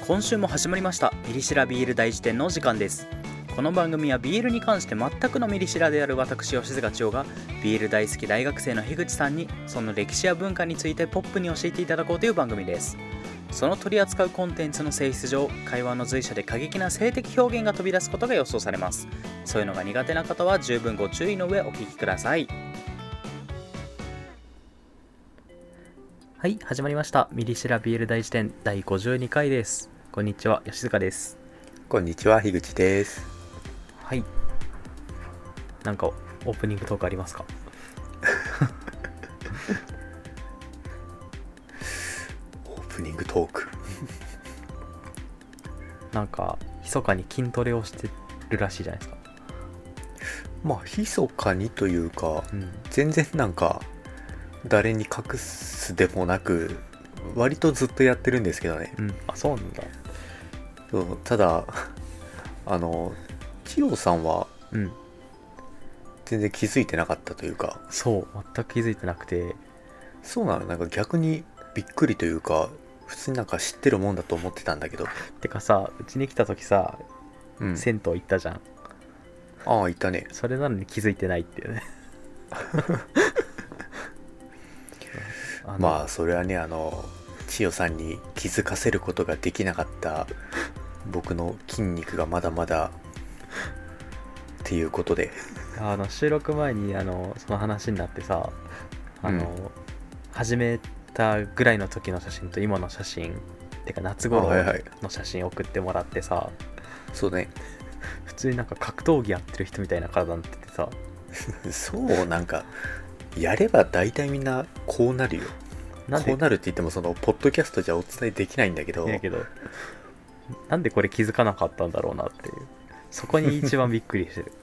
今週も始まりましたミリシラビール大辞典のお時間です。この番組はビールに関して全くのミリシラである私吉塚千代がビール大好き大学生の樋口さんにその歴史や文化についてポップに教えていただこうという番組です。その取り扱うコンテンツの性質上、会話の随所で過激な性的表現が飛び出すことが予想されます。そういうのが苦手な方は十分ご注意の上お聞きください。はい、始まりましたミリシラビール大辞典第52回です。こんにちは、吉塚です。 こんにちは、樋口です。 はい、なんかオープニングトークありますか？ オープニングトークなんか密かに筋トレをしてるらしいじゃないですか。 まあ密かにというか、全然なんか誰に隠すでもなく割とずっとやってるんですけどね。 あ、そうなんだ。 そうただ千代さんは全然気づいてなかったというか、 そう全く気づいてなくて。 そうなの、なんか逆にびっくりというか、普通になんか知ってるもんだと思ってたんだけど。 てかさ、うちに来た時さ、銭湯行ったじゃん。 ああ、行ったね。 それなのに気づいてないっていうね。 まあそれはね、千代さんに気づかせることができなかった僕の筋肉がまだまだっていうことで、 収録前にその話になってさ、始めたぐらいの時の写真と今の写真てか夏頃の写真送ってもらってさ、 そうね、 普通になんか格闘技やってる人みたいな体になっててさそう、なんかやれば大体みんなこうなるよ。こうなるって言ってもそのポッドキャストじゃお伝えできないんだけど、 なんでこれ気づかなかったんだろうなっていう、そこに一番びっくりしてる。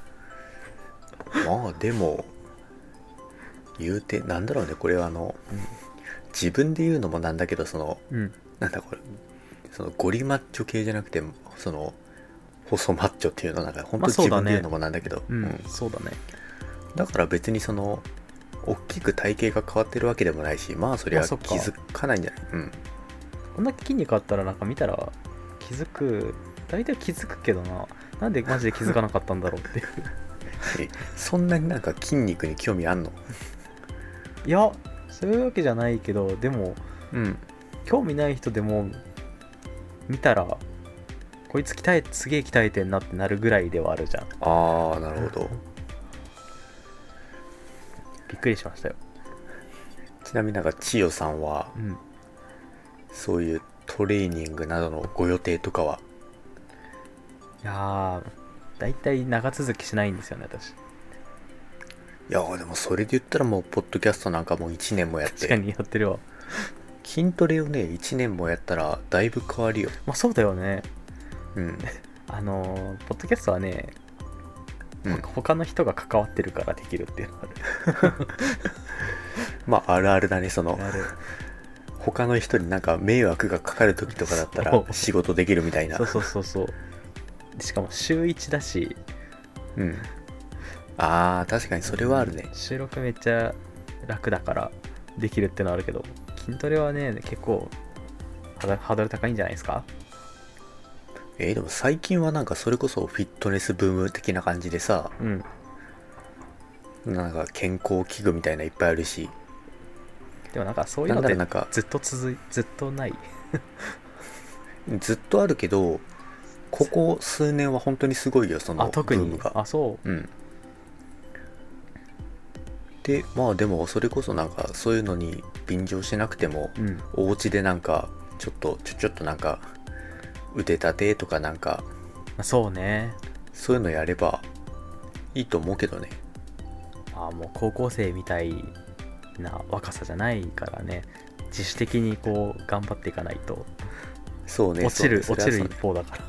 まあでも言うてなんだろうね、これは自分で言うのもなんだけど、なんだこれ、そのゴリマッチョ系じゃなくてその細マッチョっていうのなんか本当自分で言うのもなんだけど、 そうだね。 だから別にその大きく体型が変わってるわけでもないし、まあそれは気づかないんじゃない？ こんだけ筋肉あったらなんか見たら気づく、大体気づくけどな、なんでマジで気づかなかったんだろうっていうそんなになんか筋肉に興味あんの？ いや、そういうわけじゃないけど、でも、興味ない人でも見たらこいつすげえ鍛えてんなってなるぐらいではあるじゃん。 ああ、なるほど。 びっくりしましたよ。 ちなみになんか千代さんは、そういうトレーニングなどのご予定とかは？ いやー、だいたい長続きしないんですよね、私。 いやー、でもそれで言ったらもうポッドキャストなんかもう1年もやって、 確かにやってるわ。 筋トレをね1年もやったらだいぶ変わるよ。 まあそうだよね。ポッドキャストはね、他の人が関わってるからできるっていうのがある。 まああるあるだね。その他の人になんか迷惑がかかる時とかだったら仕事できるみたいな。 そうしかも週1だし、 あー確かにそれはあるね。 収録めっちゃ楽だからできるってのはあるけど、筋トレはね結構ハードル高いんじゃないですか？ でも最近はなんかそれこそフィットネスブーム的な感じでさ、なんか健康器具みたいないっぱいあるし。 でもなんかそういうのってずっとないずっとあるけど、ここ数年は本当にすごいよ、そのブ特にームが。 そう。 でまあでもそれこそなんかそういうのに便乗しなくても、お家でなんかちょっとなんか腕立てとかなんか、 そうね、 そういうのやればいいと思うけどね。 もう高校生みたいな若さじゃないからね、自主的にこう頑張っていかないと。 そうね、 落ちる一方だから。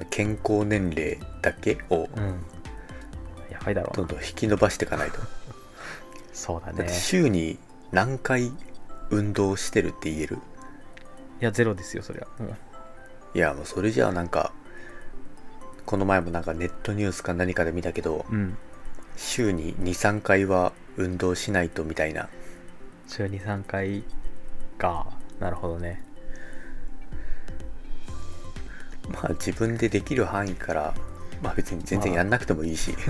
健康年齢だけを、 やばいだろう、 どんどん引き伸ばしていかないと。 そうだね。 だって週に何回運動してるって言える？ いやゼロですよそりゃ。 いやもうそれじゃあなんかこの前もなんかネットニュースか何かで見たけど、週に 2,3 回は運動しないとみたいな。 週 2,3 回か。なるほどね。 まあ自分でできる範囲から、まあ別に全然やんなくてもいいし、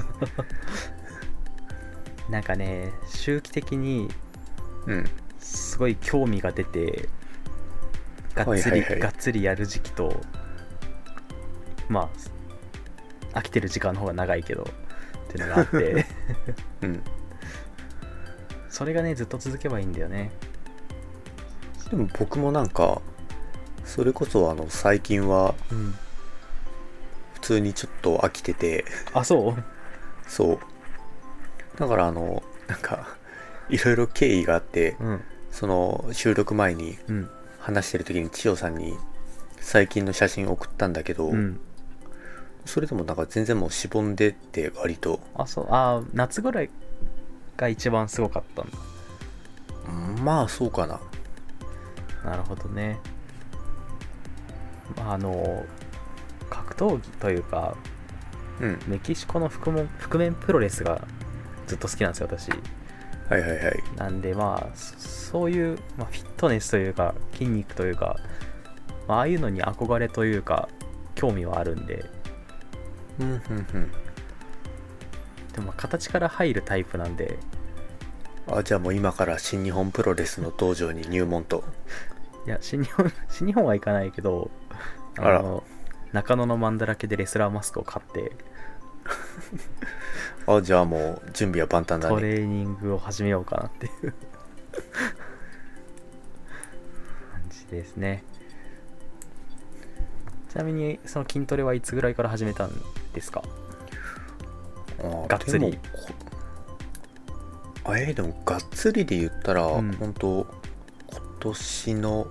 なんかね周期的にうんすごい興味が出てがっつりやる時期と、まあ飽きてる時間の方が長いけどっていうのがあってうんそれがねずっと続けばいいんだよね。 でも僕もなんかそれこそ最近は普通にちょっと飽きてて、 あ、そうそうだからなんかいろいろ経緯があって、その収録前に話してる時に千代さんに最近の写真送ったんだけど、それでもなんか全然もうしぼんでって割と。 夏ぐらいが一番すごかったんだ。 まあそうかな。 なるほどね。格闘技というか、メキシコの覆面プロレスがずっと好きなんですよ私。 はいはいはい。 なんでまあそういう、フィットネスというか筋肉というか、ああいうのに憧れというか興味はあるんで、でも形から入るタイプなんで。 じゃあもう今から新日本プロレスの道場に入門と。 いや新日本は行かないけど、中野のマンだらけでレスラーマスクを買ってじゃあもう準備は万端だね。 トレーニングを始めようかなっていう感じですね。ちなみにその筋トレはいつぐらいから始めたんですか？がっつり。 でもがっつりで言ったら、本当今年の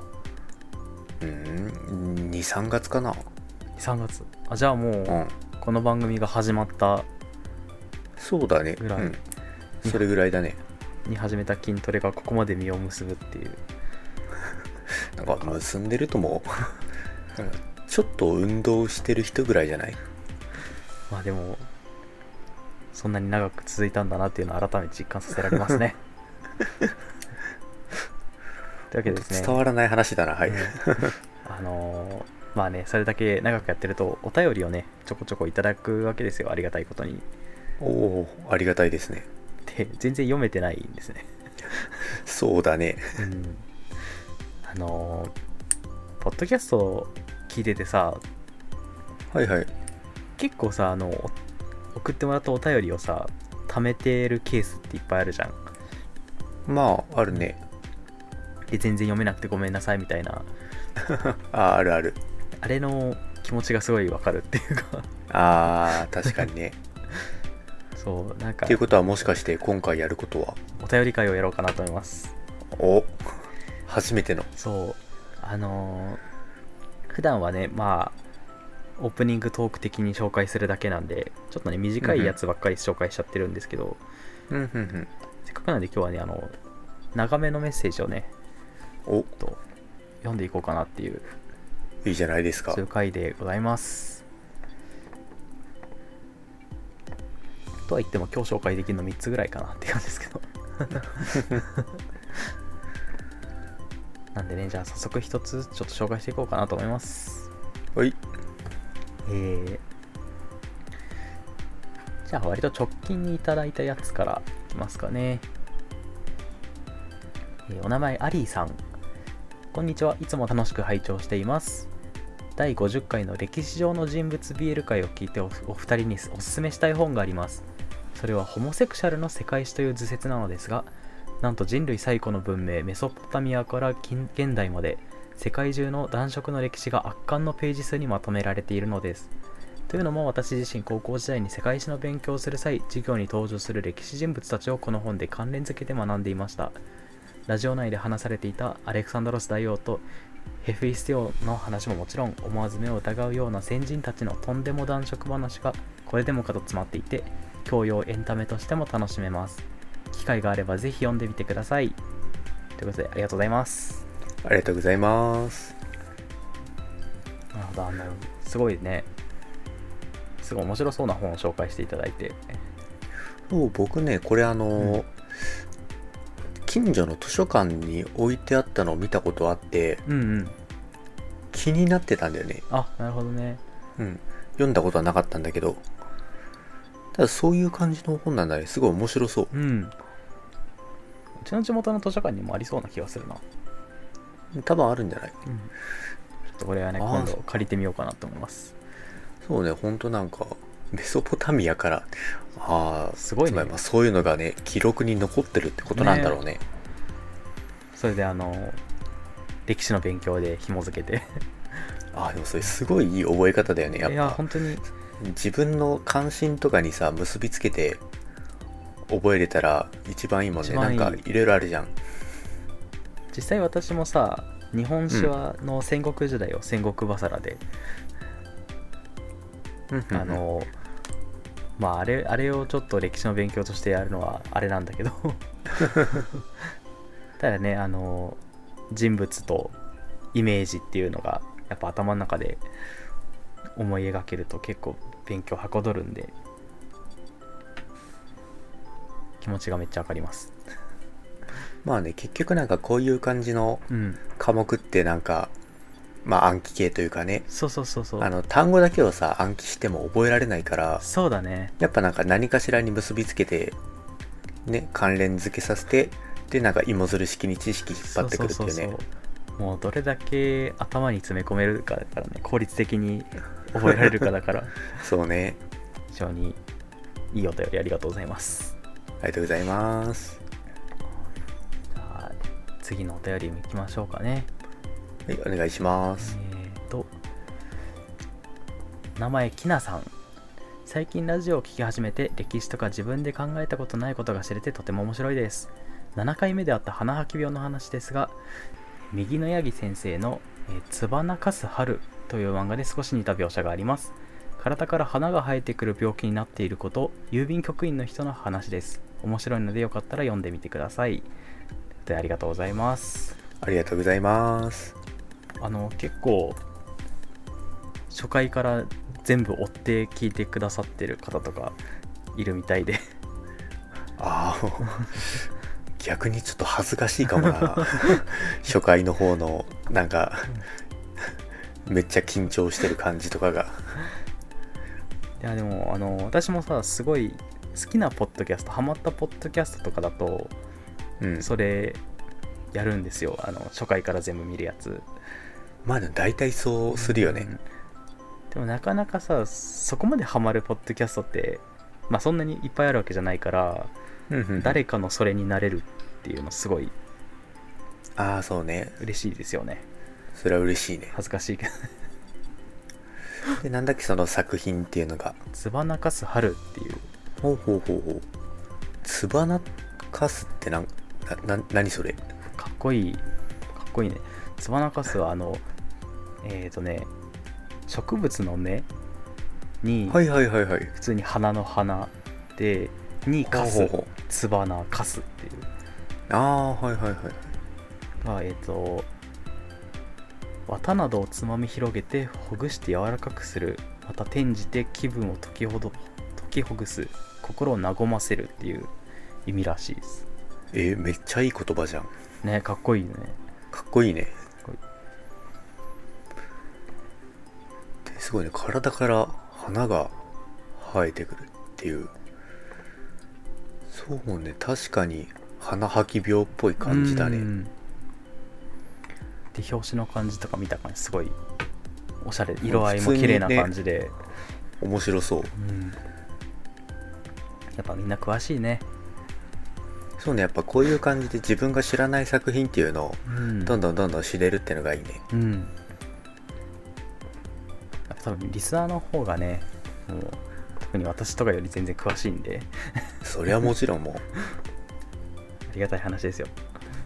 2、3月かな。 3月。じゃあもう、この番組が始まったそうだねぐらい、 それぐらいだねに始めた筋トレがここまで実を結ぶっていうなんか結んでるともなんかちょっと運動してる人ぐらいじゃない？ まあでもそんなに長く続いたんだなっていうのを改めて実感させられますねというわけでですね、 伝わらない話だな。はい、 まあね、それだけ長くやってるとお便りをねちょこちょこいただくわけですよ。ありがたいことに。 ありがたいですね。 で全然読めてないんですねそうだね。 ポッドキャストを聞いててさ、結構さ送ってもらったお便りをさ貯めてるケースっていっぱいあるじゃん。 まああるね。 で全然読めなくてごめんなさいみたいなあるある。 あれの気持ちがすごいわかるっていうか確かにねそうなんかっていうことはもしかして今回やることはお便り会をやろうかなと思います。 初めての。 そう普段はねオープニングトーク的に紹介するだけなんでちょっとね短いやつばっかり紹介しちゃってるんですけど、せっかくなんで今日はね長めのメッセージをね読んでいこうかなっていう、 いいじゃないですか。 そういう回でございます。とは言っても今日紹介できるの3つぐらいかなって感じですけどなんでね、じゃあ早速一つちょっと紹介していこうかなと思います。 はい。 じゃあ割と直近にいただいたやつからいきますかね。お名前アリーさん、こんにちは。いつも楽しく拝聴しています。第50回の歴史上の人物 BL 会を聞いてお二人におすすめしたい本があります。それはホモセクシャルの世界史という図説なのですが、なんと人類最古の文明メソポタミアから現代まで世界中の男色の歴史が圧巻のページ数にまとめられているのです。というのも私自身高校時代に世界史の勉強をする際、授業に登場する歴史人物たちをこの本で関連付けて学んでいました。ラジオ内で話されていたアレクサンドロス大王とヘフィスティオの話ももちろん、思わず目を疑うような先人たちのとんでも男色話がこれでもかと詰まっていて、教養エンタメとしても楽しめます。機会があればぜひ読んでみてください。ということでありがとうございます。 ありがとうございます。 なるほど、すごいね。すごい面白そうな本を紹介していただいて。 そう、僕ねこれ近所の図書館に置いてあったのを見たことあって、 気になってたんだよね。 あ、なるほどね。 読んだことはなかったんだけど、ただそういう感じの本なんだね。すごい面白そう。 うちの地元の図書館にもありそうな気がするな。 多分あるんじゃない？ ちょっとこれはね、今度借りてみようかなと思います。 そうね、ほんとなんかメソポタミアから、 すごいね。 つまりそういうのがね、記録に残ってるってことなんだろうね。 それで歴史の勉強で紐付けてでもそれすごいいい覚え方だよね。やっぱいや本当に自分の関心とかにさ結びつけて覚えれたら一番いいもんね。なんかいろいろあるじゃん。 実際私もさ、日本史はの戦国時代を戦国バサラで、あれをちょっと歴史の勉強としてやるのはあれなんだけどただね、人物とイメージっていうのがやっぱ頭の中で思い描けると結構勉強はかどるんで、気持ちがめっちゃわかります。 まあね、結局なんかこういう感じの科目ってなんか、暗記系というかね、 そう単語だけをさ暗記しても覚えられないから、 そうだね、 やっぱなんか何かしらに結びつけてね、関連付けさせて、でなんか芋づる式に知識引っ張ってくるっていうね。 もうどれだけ頭に詰め込めるかだからね、効率的に覚えられるかだからそうね、 非常にいいお便りありがとうございます。 ありがとうございます。 じゃあ次のお便りに行きましょうかね。 はい、お願いします。 名前きなさん。最近ラジオを聞き始めて、歴史とか自分で考えたことないことが知れてとても面白いです。7回目であった花吐き病の話ですが、右野八木先生のつばなかす春という漫画で少し似た描写があります。体から花が生えてくる病気になっていること、郵便局員の人の話です。面白いのでよかったら読んでみてください。で、ありがとうございます。 ありがとうございます。 結構初回から全部追って聞いてくださってる方とかいるみたいで逆にちょっと恥ずかしいかもな初回の方のなんかめっちゃ緊張してる感じとかが。 いやでも私もさ、すごい好きなポッドキャスト、ハマったポッドキャストとかだと、それやるんですよ。初回から全部見るやつ。 まあでも大体そうするよね。 でもなかなかさ、そこまでハマるポッドキャストってそんなにいっぱいあるわけじゃないから、誰かのそれになれるっていうのすごいそうね、 嬉しいですよね。 それは嬉しいね。 恥ずかしいけどで、なんだっけその作品っていうのが、 つばなかす春っていう。 つばなかすって何それ。 かっこいいね。つばなかすは植物の芽に、普通に花の花でにかす、つばなかすっていう。綿などをつまみ広げてほぐして柔らかくする、また転じて気分を解きほぐす、心を和ませるっていう意味らしいです。 めっちゃいい言葉じゃんね。かっこいいね。 かっこいいね。すごいね、体から花が生えてくるっていう。そうね、確かに花吐き病っぽい感じだね。 で、表紙の感じとか見た感じすごいおしゃれ、色合いも綺麗な感じで、 面白そう。 やっぱみんな詳しいね。 そうね、やっぱこういう感じで自分が知らない作品っていうのをどんどん知れるっていうのがいいね。 多分リスナーの方がね、もう特に私とかより全然詳しいんでそれはもちろんもうありがたい話ですよ。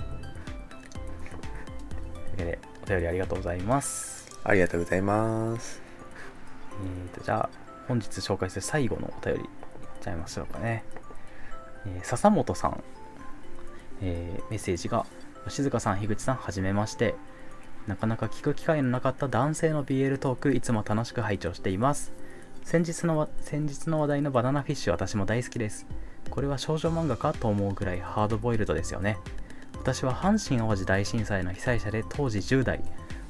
というわけでお便りありがとうございます。 ありがとうございます。 じゃあ本日紹介する最後のお便りいっちゃいましょうかね。笹本さん、メッセージが、吉塚さん、樋口さん、はじめまして。なかなか聞く機会のなかった男性の BL トーク、いつも楽しく拝聴しています。先日の話題のバナナフィッシュ、私も大好きです。これは少女漫画かと思うぐらいハードボイルドですよね。私は阪神・淡路大震災の被災者で当時10代、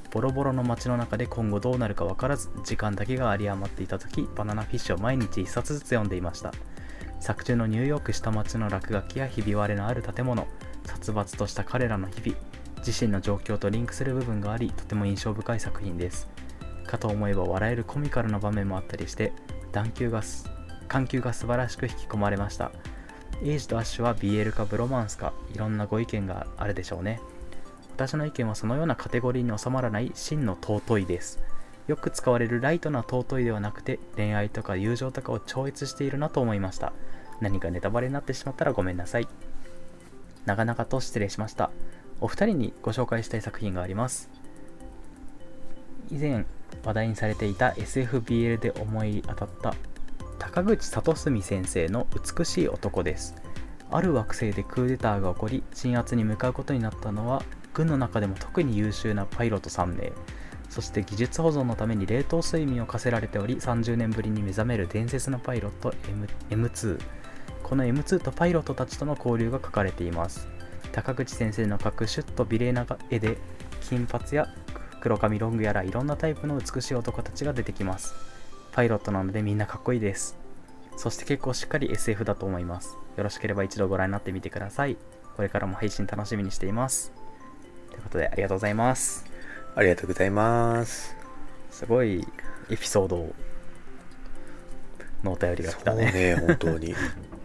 ボロボロの街の中で今後どうなるか分からず、時間だけが有り余っていた時、バナナフィッシュを毎日1冊ずつ読んでいました。作中のニューヨーク下町の落書きやひび割れのある建物、殺伐とした彼らの日々、自身の状況とリンクする部分があり、とても印象深い作品です。かと思えば笑えるコミカルな場面もあったりして、緩急が素晴らしく引き込まれました。エイジとアッシュは BL かブロマンスか、いろんなご意見があるでしょうね。私の意見はそのようなカテゴリーに収まらない真の尊いです。よく使われるライトな尊いではなくて、恋愛とか友情とかを超越しているなと思いました。何かネタバレになってしまったらごめんなさい。長々と失礼しました。お二人にご紹介したい作品があります。以前話題にされていた SFBL で思い当たった高口聡澄先生の美しい男です。ある惑星でクーデターが起こり、鎮圧に向かうことになったのは軍の中でも特に優秀なパイロット3名、そして技術保存のために冷凍睡眠を課せられており、30年ぶりに目覚める伝説のパイロット M2。 この M2 とパイロットたちとの交流が書かれています。高口先生の描くシュッと美麗な絵で、金髪や黒髪ロングやらいろんなタイプの美しい男たちが出てきます。パイロットなのでみんなかっこいいです。そして結構しっかり SF だと思います。よろしければ一度ご覧になってみてください。これからも配信楽しみにしています。ということでありがとうございます。 ありがとうございます。 すごいエピソードのお便りが来たね。 そうね、本当に。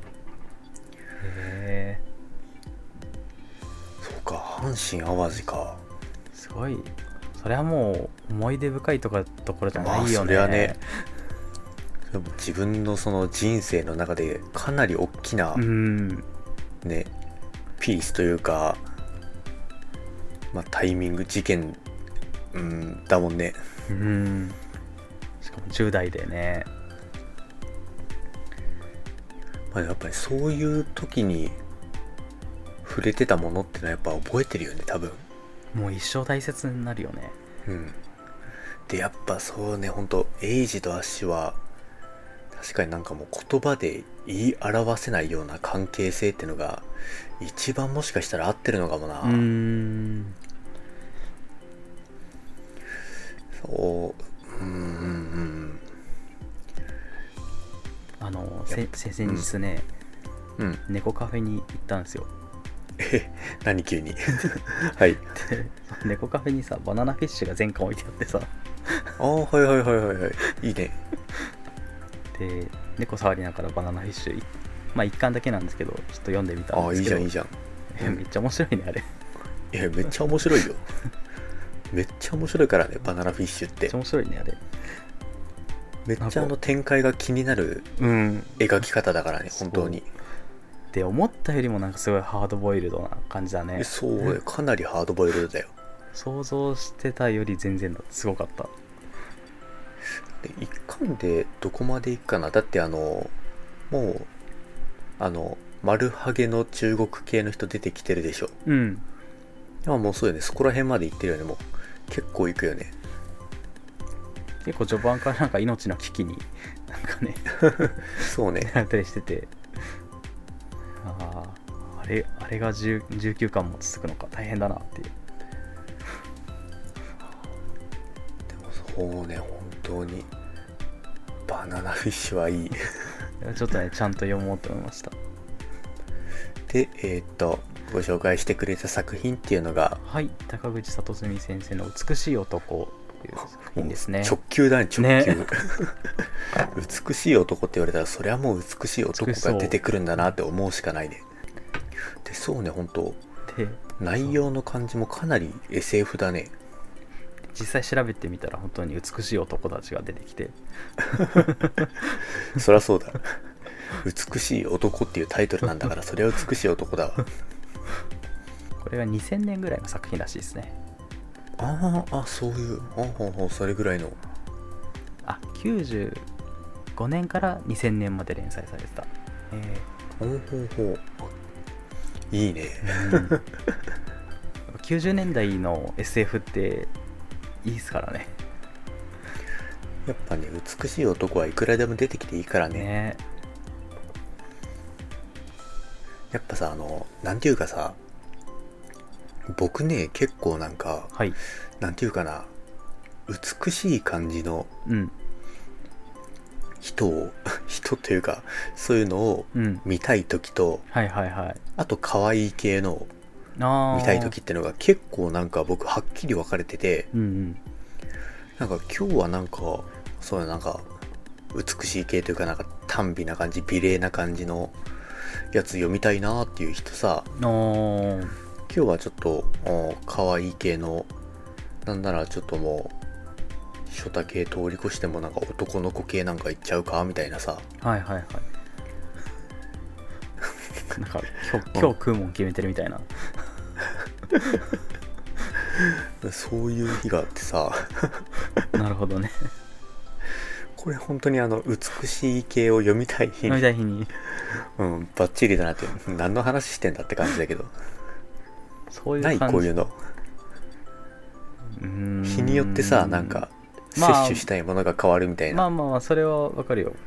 そうか、阪神・淡路か。 すごい。それはもう思い出深いところじゃないよね。 それはね、自分のその人生の中でかなり大きな、ね、ピースというか、タイミング、事件、だもんね。 しかも10代でね。 やっぱりそういう時に触れてたものってのはやっぱ覚えてるよね、多分。 もう一生大切になるよね。 でやっぱそうね、ほんとエイジとアッシュは確かになんかもう言葉で言い表せないような関係性っていうのが一番もしかしたら合ってるのかもな。 先日ね、猫カフェに行ったんですよ。 何急に。はい。 で猫カフェにさ、バナナフィッシュが全巻置いてあってさ。 はいいいね。 で猫触りながらバナナフィッシュ、1巻だけなんですけどちょっと読んでみたんですけど。 いいじゃん。 めっちゃ面白いねあれ。 めっちゃ面白いよ。めっちゃ面白いからね、バナナフィッシュって。 めっちゃ面白いねあれ。 めっちゃ展開が気になる描き方だからね、本当に。 で思ったよりもなんかすごいハードボイルドな感じだね。 そうかなりハードボイルドだよ。 想像してたより全然すごかった。 で1巻でどこまでいくかな。だってもう丸ハゲの中国系の人出てきてるでしょ。もうそうよね、そこら辺まで行ってるよね。もう結構行くよね。 結構序盤からなんか命の危機になんかねそうねなったりしてて、あれが19巻も続くのか、大変だなっていう。 でもそうね、本当にバナナフィッシュはいい。 ちょっとねちゃんと読もうと思いました。 でご紹介してくれた作品っていうのが、 高口聡澄先生の美しい男という作品ですね。 直球だね、直球。美しい男って言われたらそりゃもう美しい男が出てくるんだなって思うしかないね。でそうね、本当内容の感じもかなり SF だね。 実際調べてみたら本当に美しい男たちが出てきてそりゃそうだ、美しい男っていうタイトルなんだからそれは美しい男だわ。 これが2000年ぐらいの作品らしいですね。 そういうそれぐらいの。 95年から2000年まで連載されてた。 いいね。 90年代の SF っていいですからね。 やっぱね、美しい男はいくらでも出てきていいからね。やっぱさ、なんていうかさ、 僕ね結構なんか、 はい、 なんていうかな、美しい感じのうん、 人を人というかそういうのをうん、 見たい時と、 はいはいはい。 あと可愛い系のを見たいああ、 時っていうのが結構なんか僕はっきり分かれてて、 うんうん。 なんか今日はなんかそういうなんか美しい系というかなんか短美な感じ、美麗な感じのやつ読みたいなっていう人さ、 おー、 今日はちょっと可愛い系の、なんならちょっともう初太系通り越してもなんか男の子系なんかいっちゃうかみたいなさ、 はいはいはい。なんか今日食うもん決めてるみたいな。 そういう日があってさなるほどね。 これ本当に美しい系を読みたい日飲みにたい日に。 バッチリだなって、何の話してんだって感じだけど、 そういうない感じ。 こういうの。日によってさ、なんか摂取したいものが変わるみたいな。 まあまあまあ、それはわかるよ。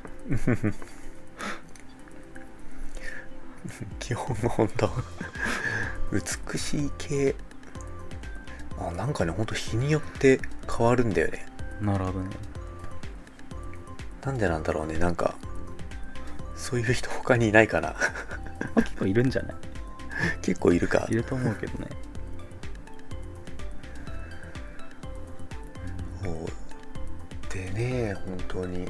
基本本当美しい系、なんかね、ほんと日によって変わるんだよね。 なるほどね。 なんでなんだろうね。なんかそういう人他にいないかな結構いるんじゃない？ 結構いるか。 いると思うけどね。 もうでね、本当に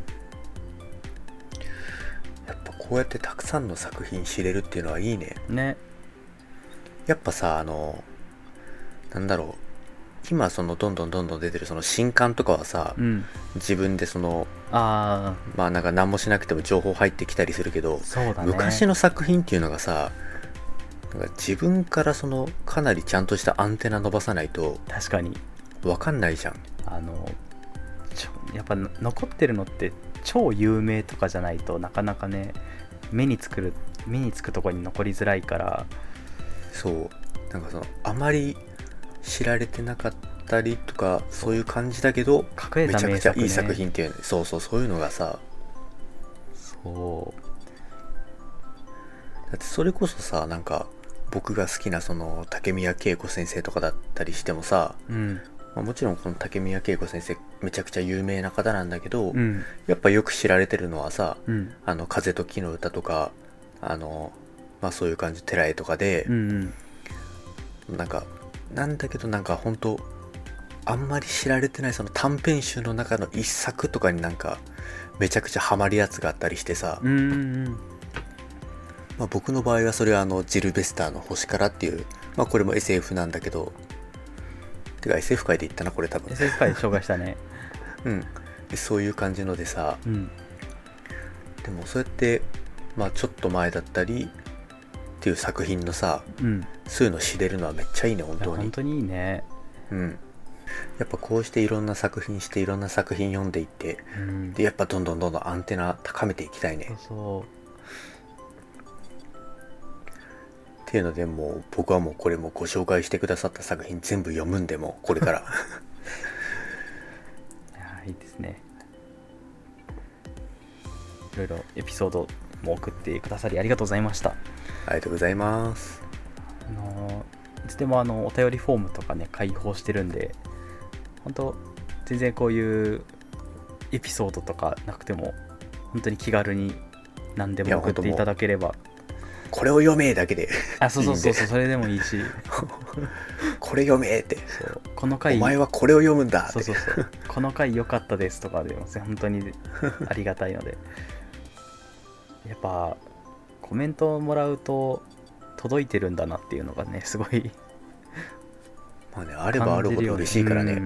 やっぱこうやってたくさんの作品知れるっていうのはいいね。 ね。 やっぱさ、なんだろう、今そのどんどん出てるその新刊とかはさ、 うん。 自分でそのあまあなんか何もしなくても情報入ってきたりするけど、 あ、そうだね。 昔の作品っていうのがさ、なんか自分からそのかなりちゃんとしたアンテナ伸ばさないと確かに。 分かんないじゃん。 やっぱ残ってるのって超有名とかじゃないとなかなかね、目につくところに残りづらいから。 そう、なんかそのあまり知られてなかったりとかそういう感じだけど、 隠れためちゃく名作ね。 ちゃいい作品っていうね、そうそういうのがさ、 そだってそれこそさ、なんか僕が好きなその竹宮恵子先生とかだったりしてもさ、 う。うん。 もちろんこの竹宮恵子先生めちゃくちゃ有名な方なんだけど、 うん。 やっぱよく知られてるのはさ、 うん。 風と木の歌とか、まあそういう感じ、寺絵とかでう、ん。 なんかなんだけど、なんか本当あんまり知られてないその短編集の中の一作とかになんかめちゃくちゃハマるやつがあったりしてさ、 うん。 まあ、僕の場合はそれはジルベスターの星からっていう、まあこれも SF なんだけど、てか SF 界で言ったなこれ多分。 SF 界で紹介したね。 うんでそういう感じのでさ、 うん。 でもそうやってまあちょっと前だったりっていう作品のさ、 うん。 そういうの知れるのはめっちゃいいね本当に。 本当にいいね。 うんやっぱこうしていろんな作品していろんな作品読んでいって、 うん。 でやっぱどんどんアンテナ高めていきたいね。 そう。 っていうので、もう僕はもうこれもご紹介してくださった作品全部読むんで、もうこれからいやいいですね。いろいろエピソードも送ってくださりありがとうございました。 ありがとうございます。 いつでもお便りフォームとかね開放してるんで、本当全然こういうエピソードとかなくても本当に気軽に何でも送っていただければ。 これを読めだけでそうそれでもいいしこれ読めって、 そうこの回お前はこれを読むんだって、 そうこの回良かったですとかでも本当にありがたいのでやっぱコメントをもらうと届いてるんだなっていうのがねすごいまあね、あればあるほど嬉しいからね。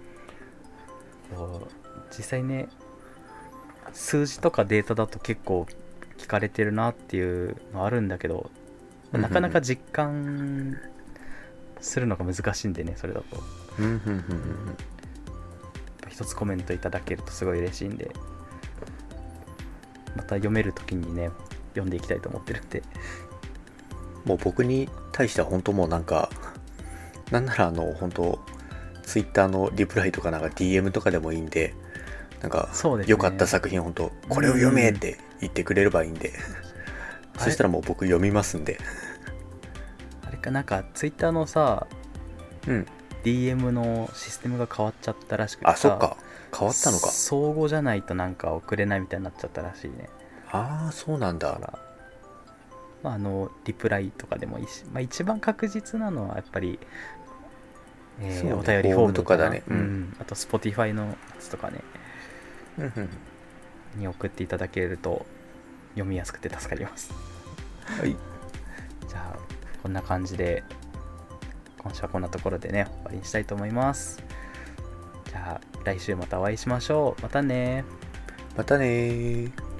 実際ね数字とかデータだと結構聞かれてるなっていうのはあるんだけど、なかなか実感するのが難しいんでね、それだと一つコメントいただけるとすごい嬉しいんで、また読める時にね読んでいきたいと思ってるんで、 もう僕に対しては本当もうなんかなんなら本当ツイッターのリプライとかなんか DM とかでもいいんで、なんか良かった作品本当これを読めって言ってくれればいいんで、そしたらもう僕読みますんで。 あれなんかツイッターのさ、DM のシステムが変わっちゃったらしくてさ。 あ、そっか、変わったのか。 相互じゃないとなんか送れないみたいになっちゃったらしいね。 ああ、そうなんだ。 リプライとかでもいいし、一番確実なのはやっぱり、 ね、 お便りフォームとかだね。 あと Spotify のやつとかね、に送っていただけると読みやすくて助かります。 はい。 じゃあこんな感じで今週はこんなところでね終わりにしたいと思います。じゃあ来週またお会いしましょう。またね。 またね。